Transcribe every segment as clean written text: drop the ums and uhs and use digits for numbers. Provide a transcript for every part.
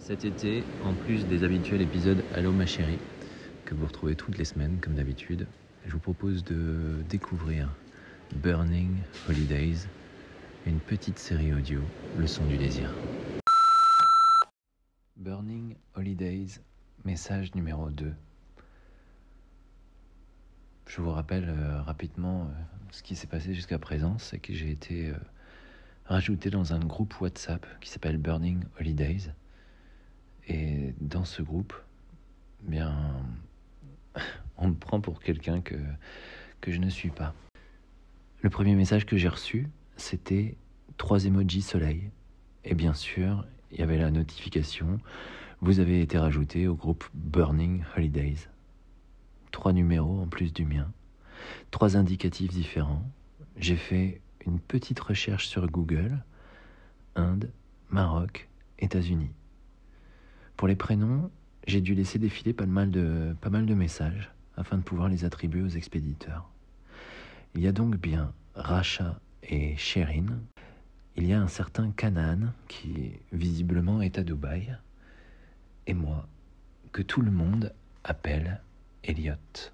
Cet été, en plus des habituels épisodes Allô ma chérie, que vous retrouvez toutes les semaines comme d'habitude, je vous propose de découvrir Burning Holidays, une petite série audio, Le son du désir. Burning Holidays, message numéro 2. Je vous rappelle rapidement ce qui s'est passé jusqu'à présent, c'est que j'ai été rajouté dans un groupe WhatsApp qui s'appelle Burning Holidays. Et dans ce groupe, on me prend pour quelqu'un que je ne suis pas. Le premier message que j'ai reçu, c'était 3 emojis soleil. Et bien sûr, il y avait la notification « Vous avez été rajouté au groupe Burning Holidays ». 3 numéros en plus du mien, 3 indicatifs différents. J'ai fait une petite recherche sur Google, Inde, Maroc, États-Unis. Pour les prénoms, j'ai dû laisser défiler pas mal de messages afin de pouvoir les attribuer aux expéditeurs. Il y a donc bien Racha et Sherin. Il y a un certain Canaan qui visiblement est à Dubaï. Et moi, que tout le monde appelle Elliot.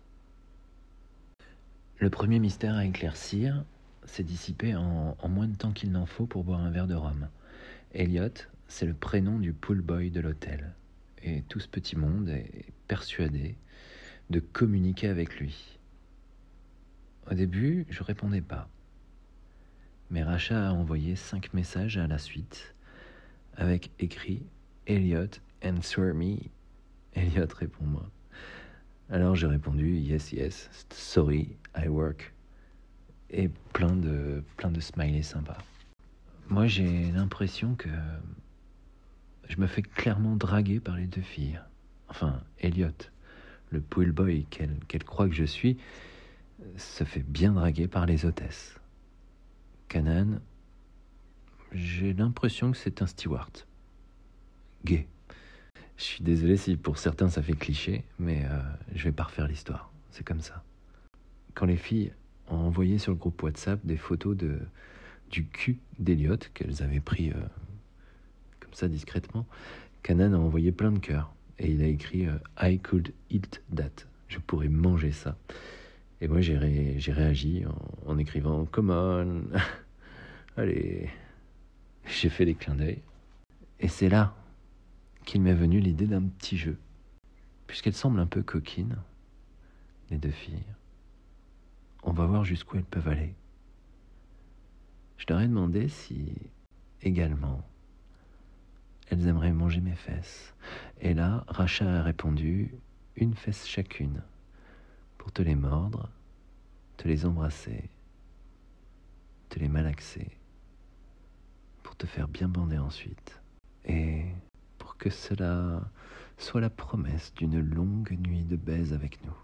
Le premier mystère à éclaircir s'est dissipé en moins de temps qu'il n'en faut pour boire un verre de rhum. Elliot, c'est le prénom du pool boy de l'hôtel. Et tout ce petit monde est persuadé de communiquer avec lui. Au début, je répondais pas. Mais Racha a envoyé 5 messages à la suite, avec écrit « Elliot, answer me ». Elliot, réponds-moi. Alors j'ai répondu « Yes, yes, sorry, I work ». Et plein de smileys sympas. Moi, j'ai l'impression que je me fais clairement draguer par les 2 filles. Enfin, Elliot, le pool boy qu'elle croit que je suis, se fait bien draguer par les hôtesses. Canaan, j'ai l'impression que c'est un steward. Gay. Je suis désolé si pour certains ça fait cliché, mais je vais pas refaire l'histoire. C'est comme ça. Quand les filles ont envoyé sur le groupe WhatsApp des photos du cul d'Elliot qu'elles avaient pris comme ça discrètement, Canaan a envoyé plein de cœurs et il a écrit I could eat that. Je pourrais manger ça. Et moi j'ai réagi en écrivant come on. Allez. J'ai fait des clins d'œil. Et c'est là qu'il m'est venu l'idée d'un petit jeu. Puisqu'elles semblent un peu coquines, les 2 filles, on va voir jusqu'où elles peuvent aller. Je leur ai demandé si, également, elles aimeraient manger mes fesses. Et là, Racha a répondu, 1 fesse chacune, pour te les mordre, te les embrasser, te les malaxer, pour te faire bien bander ensuite. Et pour que cela soit la promesse d'une longue nuit de baise avec nous.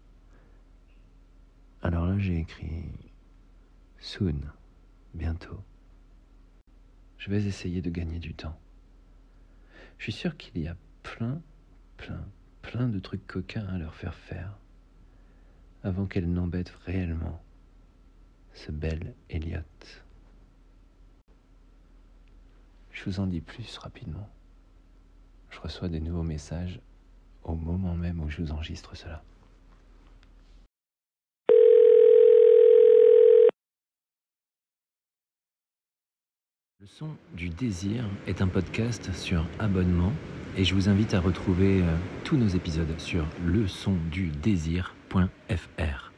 Alors là, j'ai écrit soon, bientôt. Je vais essayer de gagner du temps. Je suis sûr qu'il y a plein de trucs coquins à leur faire faire avant qu'elles n'embêtent réellement ce bel Elliot. Je vous en dis plus rapidement. Je reçois des nouveaux messages au moment même où je vous enregistre cela. Le son du désir est un podcast sur abonnement et je vous invite à retrouver tous nos épisodes sur lesondudésir.fr.